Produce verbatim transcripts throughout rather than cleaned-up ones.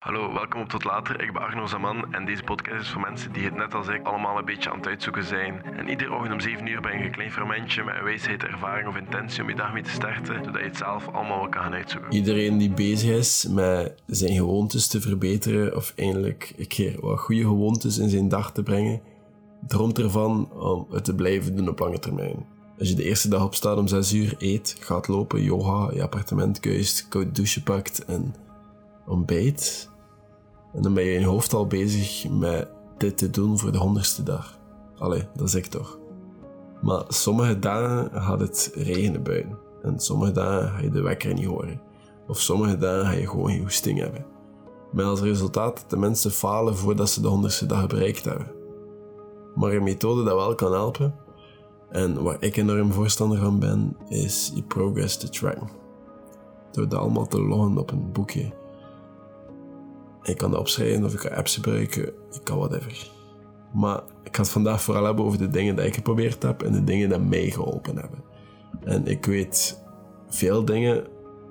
Hallo, welkom op Tot Later. Ik ben Arno Zaman en deze podcast is voor mensen die het net als ik allemaal een beetje aan het uitzoeken zijn. En iedere ochtend om zeven uur ben je een klein fermentje met een wijsheid, ervaring of intentie om je dag mee te starten, zodat je het zelf allemaal wel kan gaan uitzoeken. Iedereen die bezig is met zijn gewoontes te verbeteren of eindelijk een keer wat goede gewoontes in zijn dag te brengen, droomt ervan om het te blijven doen op lange termijn. Als je de eerste dag opstaat om zes uur, eet, gaat lopen, yoga, je appartement kuist, koud douche pakt en ontbijt. En dan ben je in je hoofd al bezig met dit te doen voor de honderdste dag. Allee, dat is ik toch. Maar sommige dagen gaat het regenen buiten. En sommige dagen ga je de wekker niet horen. Of sommige dagen ga je gewoon geen hoesting hebben. Met als resultaat dat de mensen falen voordat ze de honderdste dag bereikt hebben. Maar een methode dat wel kan helpen, en waar ik enorm voorstander van ben, is je progress te tracken. Door dat allemaal te loggen op een boekje. Ik kan dat opschrijven of ik kan apps gebruiken, ik kan whatever. Maar ik ga het vandaag vooral hebben over de dingen die ik geprobeerd heb en de dingen die mij geholpen hebben. En ik weet veel dingen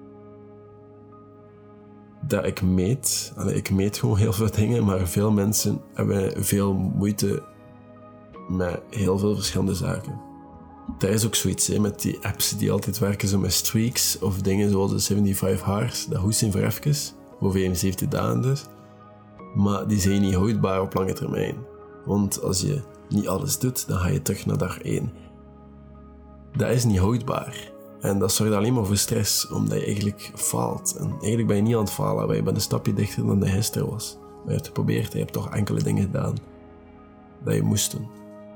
dat ik meet. Allee, ik meet gewoon heel veel dingen, maar veel mensen hebben veel moeite met heel veel verschillende zaken. Dat is ook zoiets hè, met die apps die altijd werken zo met streaks of dingen zoals de zevenenzeventig hours. Dat hoest zijn voor even, voor vijfenzeventig dagen dus. Maar die zijn niet houdbaar op lange termijn. Want als je niet alles doet, dan ga je terug naar dag één. Dat is niet houdbaar. En dat zorgt alleen maar voor stress, omdat je eigenlijk faalt. En eigenlijk ben je niet aan het falen, maar je bent een stapje dichter dan je gisteren was. Maar je hebt het geprobeerd, je hebt toch enkele dingen gedaan dat je moest doen.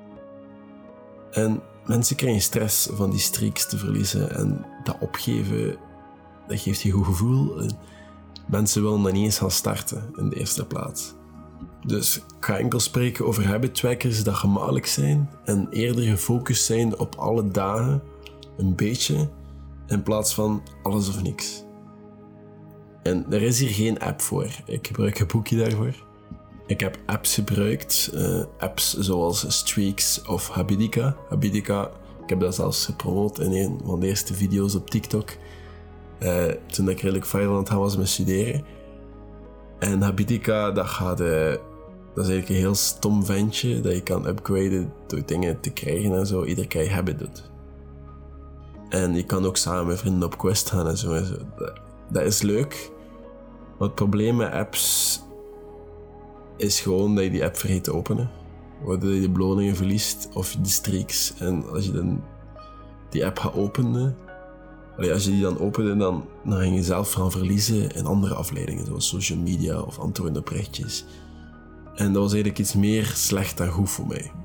En mensen krijgen stress van die streaks te verliezen en dat opgeven, dat geeft je een goed gevoel. En mensen willen dan niet eens gaan starten in de eerste plaats. Dus ik ga enkel spreken over habit trackers dat gemakkelijk zijn en eerder gefocust zijn op alle dagen een beetje in plaats van alles of niks. En er is hier geen app voor. Ik gebruik een boekje daarvoor. Ik heb apps gebruikt, uh, apps zoals Streaks of Habitica. Habitica, ik heb dat zelfs gepromoot in een van de eerste video's op TikTok. Uh, toen ik redelijk viral aan het gaan was met studeren. En Habitica, dat, gaat, uh, dat is eigenlijk een heel stom ventje dat je kan upgraden door dingen te krijgen en zo, iedere keer je habit doet. En je kan ook samen met vrienden op quest gaan en zo. En zo. Dat, dat is leuk. Maar het probleem met apps is gewoon dat je die app vergeet te openen. Waardoor je de beloningen verliest of de streaks. En als je dan die app gaat openen, allee, als je die dan opende, dan, dan ga je jezelf gaan verliezen in andere afleidingen, zoals social media of antwoorden op berichtjes. En dat was eigenlijk iets meer slecht dan goed voor mij.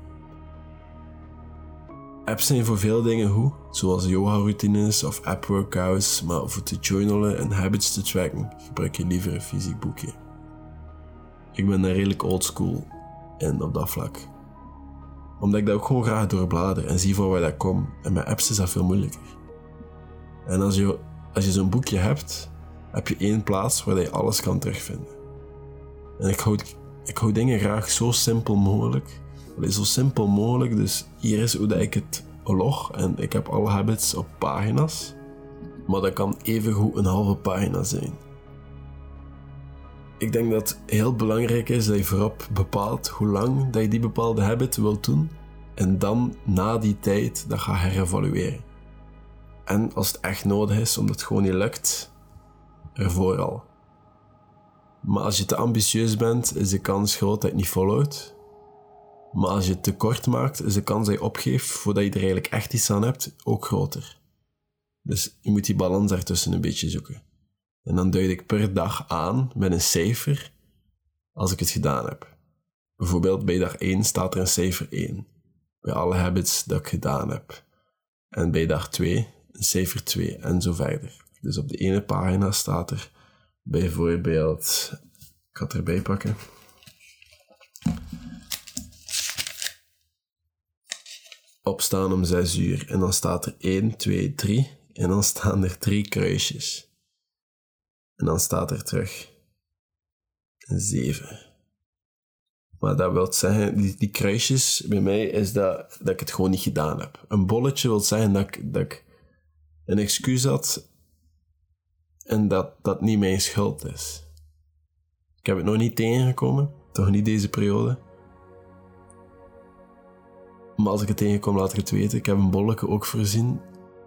Apps zijn voor veel dingen goed, zoals yoga-routines of app-workouts, maar voor te journalen en habits te tracken gebruik je liever een fysiek boekje. Ik ben daar redelijk oldschool in op dat vlak. Omdat ik dat ook gewoon graag doorblader en zie voor waar dat komt. En met apps is dat veel moeilijker. En als je, als je zo'n boekje hebt, heb je één plaats waar je alles kan terugvinden. En ik hou, ik hou dingen graag zo simpel mogelijk. Allee, zo simpel mogelijk, dus hier is hoe dat ik het log. En ik heb alle habits op pagina's. Maar dat kan evengoed een halve pagina zijn. Ik denk dat het heel belangrijk is dat je voorop bepaalt hoe lang dat je die bepaalde habit wilt doen. En dan na die tijd dat ga herevalueren. En als het echt nodig is, omdat het gewoon niet lukt, ervoor al. Maar als je te ambitieus bent, is de kans groot dat je het niet volhoudt. Maar als je het te kort maakt, is de kans dat je opgeeft voordat je er eigenlijk echt iets aan hebt, ook groter. Dus je moet die balans daartussen een beetje zoeken. En dan duid ik per dag aan met een cijfer als ik het gedaan heb. Bijvoorbeeld bij dag één staat er een cijfer één. Bij alle habits dat ik gedaan heb. En bij dag twee een cijfer twee en zo verder. Dus op de ene pagina staat er bijvoorbeeld... Ik ga het erbij pakken. Opstaan om zes uur. En dan staat er één, twee, drie. En dan staan er drie kruisjes. En dan staat er terug een zeven. Maar dat wil zeggen, die, die kruisjes bij mij is dat, dat ik het gewoon niet gedaan heb. Een bolletje wil zeggen dat ik, dat ik een excuus had en dat dat niet mijn schuld is. Ik heb het nog niet tegengekomen. Toch niet deze periode. Maar als ik het tegenkom, laat ik het weten. Ik heb een bolletje ook voorzien.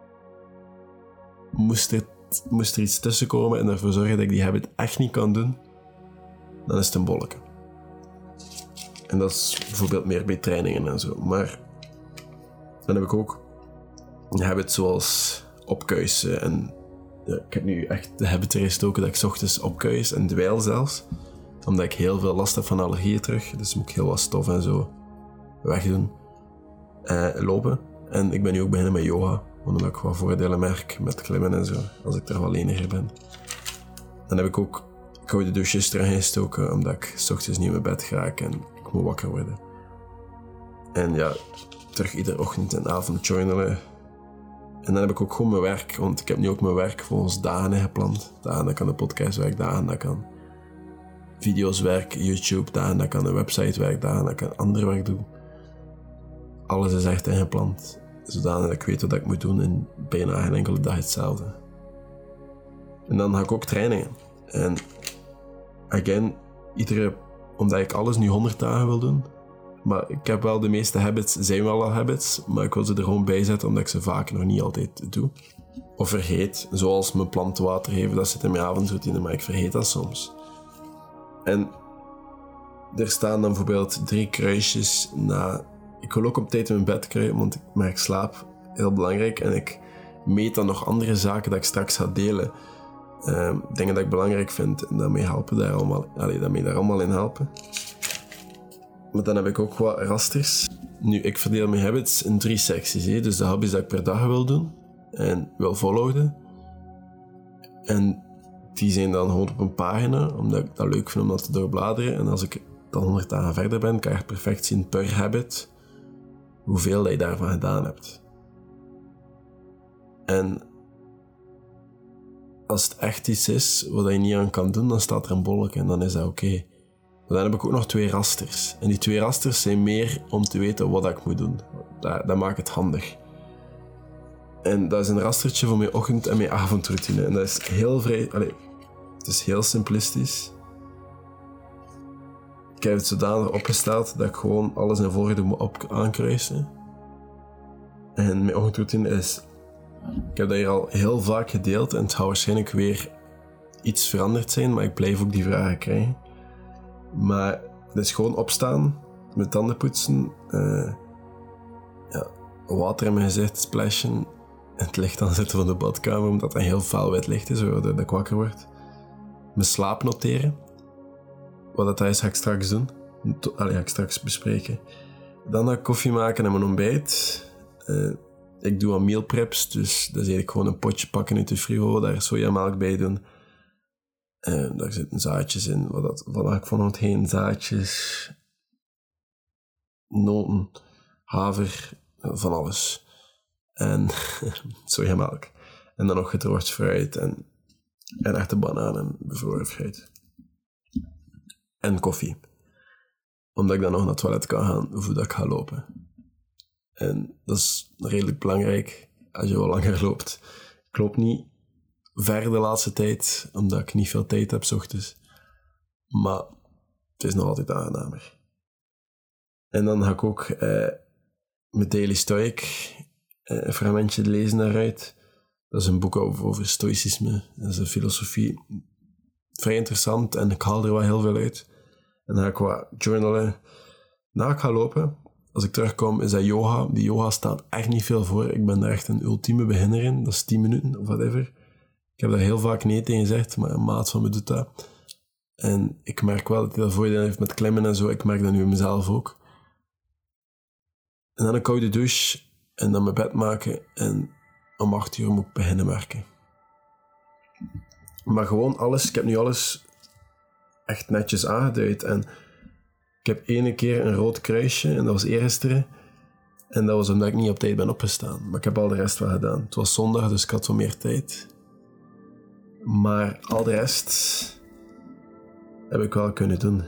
Moest er, moest er iets tussen komen en ervoor zorgen dat ik die habit echt niet kan doen, dan is het een bolletje. En dat is bijvoorbeeld meer bij trainingen en zo. Maar dan heb ik ook een habit zoals opkuisen. En ja, ik heb nu echt de habit erin gestoken dat ik 's ochtends opkuis en dweil zelfs. Omdat ik heel veel last heb van allergieën terug. Dus moet ik heel wat stof en zo wegdoen. Uh, lopen. En ik ben nu ook beginnen met yoga. Omdat ik wat voordelen merk met klimmen en zo. Als ik er wat leniger ben. Dan heb ik ook koude douches terug ingestoken. Omdat ik 's ochtends niet in mijn bed ga en ik moet wakker worden. En ja, terug iedere ochtend en avond journalen. En dan heb ik ook gewoon mijn werk. Want ik heb nu ook mijn werk volgens dagen gepland. Dagen dat kan de podcast werk, dagen dat kan video's werk, YouTube, dagen dat kan een website werk, dagen dat kan ander werk doen. Alles is echt ingepland. Zodanig dat ik weet wat ik moet doen en bijna geen enkele dag hetzelfde. En dan ga ik ook trainingen. En again, iedere, omdat ik alles nu honderd dagen wil doen. Maar ik heb wel de meeste habits, zijn wel al habits, maar ik wil ze er gewoon bij zetten omdat ik ze vaak nog niet altijd doe. Of vergeet, zoals mijn planten water geven, dat zit in mijn avondroutine, maar ik vergeet dat soms. En er staan dan bijvoorbeeld drie kruisjes na. Ik wil ook op tijd in mijn bed kruipen, want ik merk slaap heel belangrijk. En ik meet dan nog andere zaken dat ik straks ga delen. Uh, dingen dat ik belangrijk vind en daarmee helpen daar allemaal, allee, daarmee daar allemaal in helpen. Maar dan heb ik ook wat rasters. Nu, ik verdeel mijn habits in drie secties. Hè. Dus de hobby's dat ik per dag wil doen en wil volhouden. En die zijn dan gewoon op een pagina, omdat ik dat leuk vind om dat te doorbladeren. En als ik dan honderd dagen verder ben, kan je perfect zien per habit hoeveel je daarvan gedaan hebt. En als het echt iets is wat je niet aan kan doen, dan staat er een bolletje en dan is dat oké. Okay. Maar dan heb ik ook nog twee rasters. En die twee rasters zijn meer om te weten wat ik moet doen. Dat, dat maakt het handig. En dat is een rastertje voor mijn ochtend- en mijn avondroutine. En dat is heel vrij... Allez, het is heel simplistisch. Ik heb het zodanig opgesteld dat ik gewoon alles in volgorde moet op- aankruisen. En mijn ochtendroutine is... Ik heb dat hier al heel vaak gedeeld en het gaat waarschijnlijk weer iets veranderd zijn, maar ik blijf ook die vragen krijgen. Maar het is gewoon opstaan, mijn tanden poetsen, uh, ja, water in mijn gezicht splashen en het licht aanzetten van de badkamer, omdat dat een heel fel wit licht is, waardoor ik wakker word. Mijn slaap noteren. Wat dat is, ga ik straks doen. Allee, ga ik straks bespreken. Dan ga ik koffie maken en mijn ontbijt. Uh, ik doe aan meal preps, dus dat is eigenlijk gewoon een potje pakken uit de frigo, daar sojamelk bij doen. Uh, daar zitten zaadjes in. Wat, dat, wat had ik vanochtend heen? Zaadjes, noten, haver, van alles. En sojamelk. En dan nog gedroogd fruit en, en echte bananen en bevroren fruit. En koffie. Omdat ik dan nog naar het toilet kan gaan voordat ik ga lopen. En dat is redelijk belangrijk als je wel langer loopt. Ik loop niet ver de laatste tijd, omdat ik niet veel tijd heb 's ochtends. Maar het is nog altijd aangenamer. En dan ga ik ook eh, mijn Daily Stoic eh, een fragmentje lezen daaruit. Dat is een boek over, over stoïcisme. Dat is een filosofie. Vrij interessant en ik haal er wel heel veel uit. En dan ga ik wat journalen. Na ik ga lopen, als ik terugkom, is dat yoga. Die yoga staat echt niet veel voor. Ik ben daar echt een ultieme beginner in. Dat is tien minuten of whatever. Ik heb daar heel vaak nee tegen gezegd, maar een maat van me doet dat. En ik merk wel dat hij dat voordeel heeft met klimmen en zo. Ik merk dat nu in mezelf ook. En dan een koude douche en dan mijn bed maken. En om acht uur moet ik beginnen werken. Maar gewoon alles, ik heb nu alles echt netjes aangeduid. En ik heb ene keer een rood kruisje en dat was eergisteren. En dat was omdat ik niet op tijd ben opgestaan. Maar ik heb al de rest wel gedaan. Het was zondag, dus ik had wat meer tijd. Maar al de rest heb ik wel kunnen doen.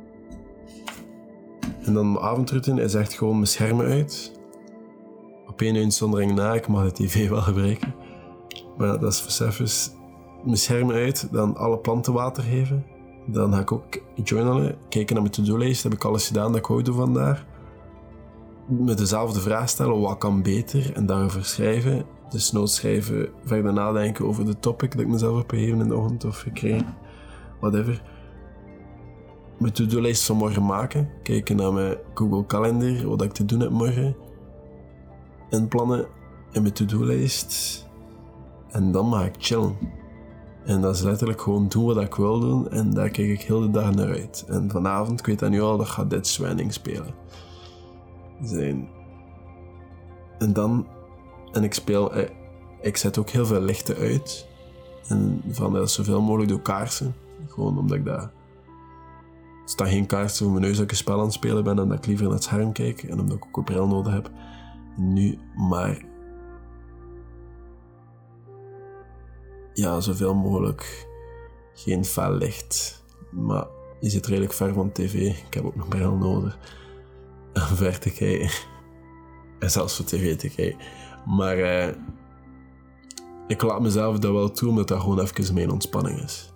En dan mijn avondroutine is echt gewoon mijn schermen uit. Op één uitzondering na, ik mag de tv wel gebruiken. Maar dat is voor even. Mijn schermen uit, dan alle planten water geven. Dan ga ik ook journalen, kijken naar mijn to-do-lijst. Heb ik alles gedaan dat ik wou doen vandaag? Met dezelfde vraag stellen, wat kan beter? En daarover schrijven. Dus notes schrijven, verder nadenken over de topic dat ik mezelf heb gegeven in de ochtend of gekregen. Whatever. Mijn to-do-lijst van morgen maken. Kijken naar mijn Google Calendar, wat ik te doen heb morgen. Inplannen in mijn to-do-lijst. En dan mag ik chillen. En dat is letterlijk gewoon doen wat ik wil doen. En daar kijk ik heel de dag naar uit. En vanavond, ik weet dat nu al, dat gaat Dead Stranding spelen. Zijn. En dan... En ik speel... Ik zet ook heel veel lichten uit. En van dat zoveel mogelijk doe kaarsen. Gewoon omdat ik daar... Er staan geen kaarsen voor mijn neus dat ik een spel aan het spelen ben. En dat ik liever naar het scherm kijk. En omdat ik ook een bril nodig heb. Nu, maar... Ja, zoveel mogelijk. Geen fel licht. Maar je zit redelijk ver van de tv. Ik heb ook nog bril nodig. Om ver te kijken. En zelfs voor tv te kijken. Maar uh, ik laat mezelf dat wel toe, omdat dat gewoon even mijn ontspanning is.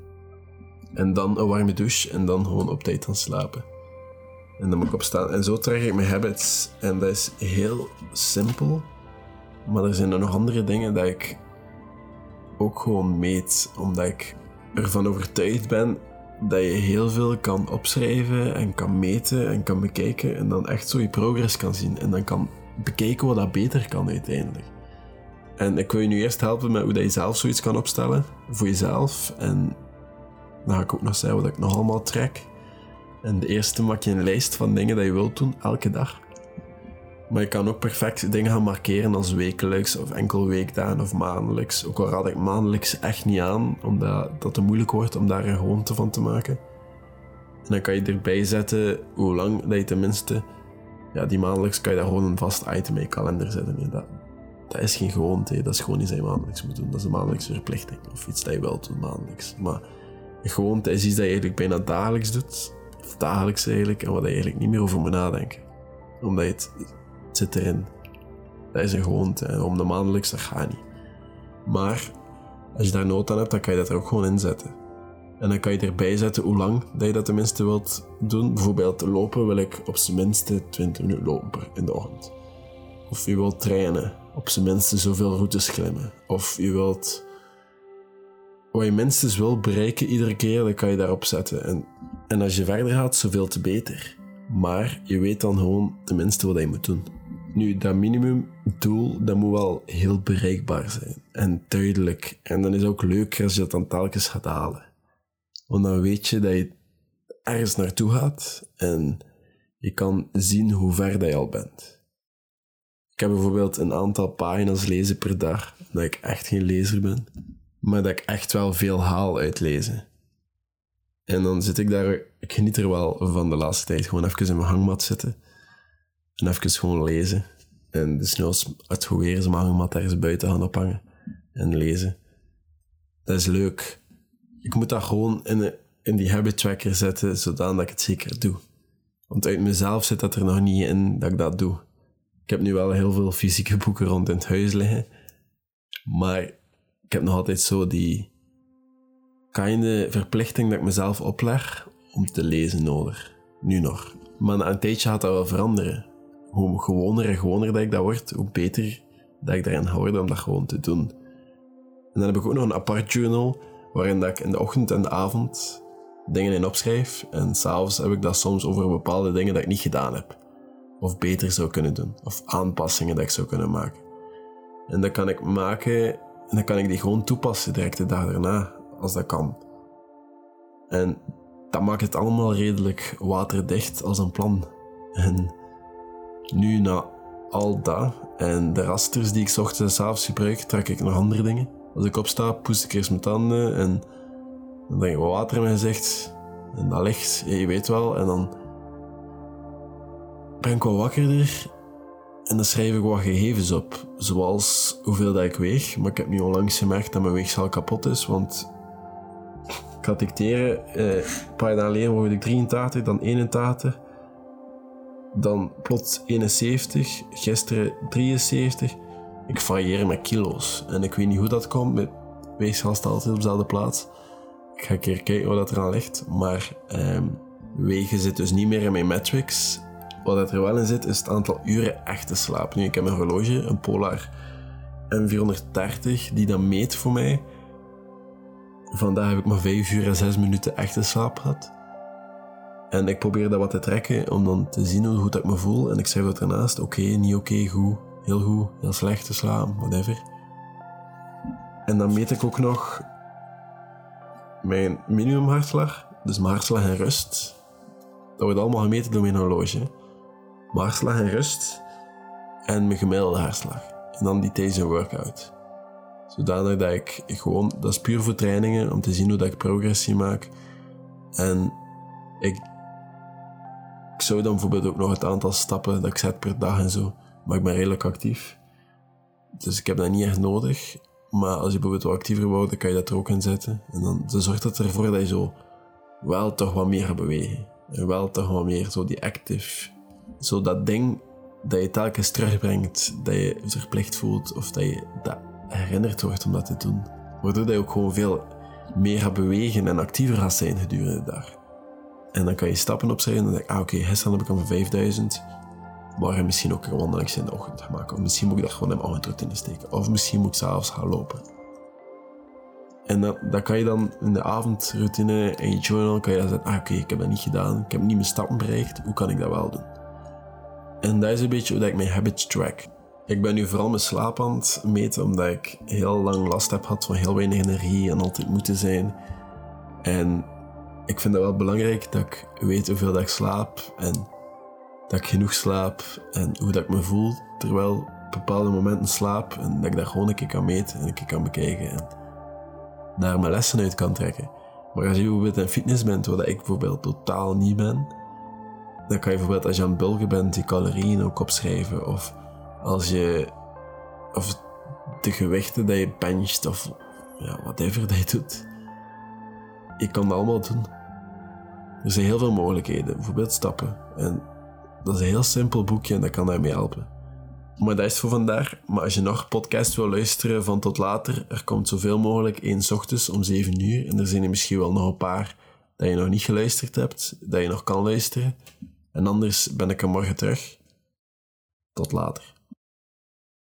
En dan een warme douche en dan gewoon op tijd gaan slapen. En dan moet ik opstaan. En zo trek ik mijn habits. En dat is heel simpel. Maar er zijn er nog andere dingen dat ik ook gewoon meet. Omdat ik ervan overtuigd ben dat je heel veel kan opschrijven en kan meten en kan bekijken. En dan echt zo je progress kan zien. En dan kan bekijken wat dat beter kan uiteindelijk. En ik wil je nu eerst helpen met hoe dat je zelf zoiets kan opstellen. Voor jezelf. En dan ga ik ook nog zeggen wat ik nog allemaal trek. En de eerste maak je een lijst van dingen dat je wilt doen, elke dag. Maar je kan ook perfect dingen gaan markeren als wekelijks of enkel weekdagen of maandelijks. Ook al raad ik maandelijks echt niet aan, omdat dat te moeilijk wordt om daar een gewoonte van te maken. En dan kan je erbij zetten hoe lang dat je tenminste... Ja, die maandelijks kan je daar gewoon een vast item in je kalender zetten. Nee, dat, dat is geen gewoonte, dat is gewoon iets dat je maandelijks moet doen. Dat is een maandelijkse verplichting of iets dat je wel doet maandelijks. Maar een gewoonte is iets dat je eigenlijk bijna dagelijks doet. Of dagelijks eigenlijk, en waar je eigenlijk niet meer over moet nadenken. Omdat je het... Het zit erin. Dat is een gewoonte. En om de maandelijks, dat gaat niet. Maar als je daar nood aan hebt, dan kan je dat er ook gewoon in zetten. En dan kan je erbij zetten hoe lang dat je dat tenminste wilt doen. Bijvoorbeeld lopen wil ik op zijn minste twintig minuten lopen per in de ochtend. Of je wilt trainen. Op zijn minste zoveel routes klimmen. Of je wilt... Wat je minstens wil bereiken iedere keer, dan kan je daarop zetten. En, en als je verder gaat, zoveel te beter. Maar je weet dan gewoon tenminste wat je moet doen. Nu, dat minimumdoel, dat moet wel heel bereikbaar zijn. En duidelijk. En dan is het ook leuk als je dat dan telkens gaat halen. Want dan weet je dat je ergens naartoe gaat en je kan zien hoe ver dat je al bent. Ik heb bijvoorbeeld een aantal pagina's lezen per dag, dat ik echt geen lezer ben. Maar dat ik echt wel veel haal uit lezen. En dan zit ik daar, ik geniet er wel van de laatste tijd, gewoon even in mijn hangmat zitten. En even gewoon lezen. En dus als het goed weer is, mijn hangmat ergens buiten gaan ophangen. En lezen. Dat is leuk. Ik moet dat gewoon in, in die habit tracker zetten, zodat ik het zeker doe. Want uit mezelf zit dat er nog niet in dat ik dat doe. Ik heb nu wel heel veel fysieke boeken rond in het huis liggen. Maar ik heb nog altijd zo die... Kiende verplichting dat ik mezelf opleg om te lezen nodig. Nu nog. Maar na een tijdje gaat dat wel veranderen. Hoe gewoner en gewoner dat ik dat word, hoe beter dat ik daarin ga worden om dat gewoon te doen. En dan heb ik ook nog een apart journal, waarin dat ik in de ochtend en de avond dingen in opschrijf. En s'avonds heb ik dat soms over bepaalde dingen dat ik niet gedaan heb. Of beter zou kunnen doen. Of aanpassingen dat ik zou kunnen maken. En dat kan ik maken en dan kan ik die gewoon toepassen direct de dag daarna. Als dat kan. En dat maakt het allemaal redelijk waterdicht als een plan. En nu na al dat en de rasters die ik 's ochtends en 's avonds gebruik, trek ik nog andere dingen. Als ik opsta, poest ik eerst mijn tanden en dan drink ik wat water in mijn gezicht. En dat ligt, ja, je weet wel. En dan ben ik wat wakkerder en dan schrijf ik wat gegevens op. Zoals hoeveel dat ik weeg. Maar ik heb nu onlangs gemerkt dat mijn weegschaal kapot is, want... Ik ga dicteren, eh, een paar dagen geleden woog ik drieëntachtig, dan eenentachtig, dan plots eenenzeventig, gisteren drieënzeventig. Ik varieer met kilo's en ik weet niet hoe dat komt, mijn weegschaal staat altijd op dezelfde plaats. Ik ga een keer kijken wat dat er aan ligt. Maar um, wegen zit dus niet meer in mijn metrics. Wat dat er wel in zit, is het aantal uren echte slaap. Nu, ik heb een horloge, een Polar M vierhonderddertig, die dat meet voor mij. Vandaag heb ik maar vijf uur en zes minuten echte slaap gehad. En ik probeer dat wat te trekken, om dan te zien hoe goed ik me voel. En ik schrijf dat ernaast, oké, okay, niet oké, okay, goed, heel goed, heel slecht te slapen, whatever. En dan meet ik ook nog mijn minimum hartslag, dus mijn hartslag en rust. Dat wordt allemaal gemeten door mijn horloge. Mijn hartslag en rust en mijn gemiddelde hartslag. En dan die tijdens een workout. Zodanig dat ik gewoon, dat is puur voor trainingen, om te zien hoe dat ik progressie maak. En ik, ik zou dan bijvoorbeeld ook nog het aantal stappen dat ik zet per dag en zo. Maar ik ben redelijk actief. Dus ik heb dat niet echt nodig. Maar als je bijvoorbeeld wat actiever wordt, dan kan je dat er ook in zetten. En dan, dan zorgt dat ervoor dat je zo wel toch wat meer gaat bewegen. En wel toch wat meer zo die active. Zo dat ding dat je telkens terugbrengt, dat je je verplicht voelt of dat je dat herinnerd wordt om dat te doen. Waardoor dat je ook gewoon veel meer gaat bewegen en actiever gaat zijn gedurende de dag. En dan kan je stappen opschrijven en dan denk ik, ah oké, okay, gisteren heb ik al vijfduizend. Morgen misschien ook een wandeling in de ochtend gaan maken. Of misschien moet ik dat gewoon in mijn ochtendroutine steken. Of misschien moet ik zelfs gaan lopen. En dat, dat kan je dan in de avondroutine in je journal kan je dan zeggen, ah oké, okay, ik heb dat niet gedaan. Ik heb niet mijn stappen bereikt. Hoe kan ik dat wel doen? En dat is een beetje hoe ik mijn habits track. Ik ben nu vooral mijn slaap aan het meten, omdat ik heel lang last heb gehad van heel weinig energie en altijd moeten zijn. En ik vind het wel belangrijk dat ik weet hoeveel dat ik slaap en dat ik genoeg slaap en hoe dat ik me voel terwijl op bepaalde momenten slaap en dat ik dat gewoon een keer kan meten en een keer kan bekijken en daar mijn lessen uit kan trekken. Maar als je bijvoorbeeld in fitness bent, wat ik bijvoorbeeld totaal niet ben, dan kan je bijvoorbeeld als je aan het bulken bent die calorieën ook opschrijven of als je of de gewichten dat je bencht of ja, whatever dat je doet. Je kan dat allemaal doen. Er zijn heel veel mogelijkheden, bijvoorbeeld stappen. En dat is een heel simpel boekje en dat kan daarmee helpen. Maar dat is het voor vandaag. Maar als je nog podcast wil luisteren van tot later, er komt zoveel mogelijk één 's ochtends om zeven uur. En er zijn er misschien wel nog een paar dat je nog niet geluisterd hebt, dat je nog kan luisteren. En anders ben ik er morgen terug. Tot later.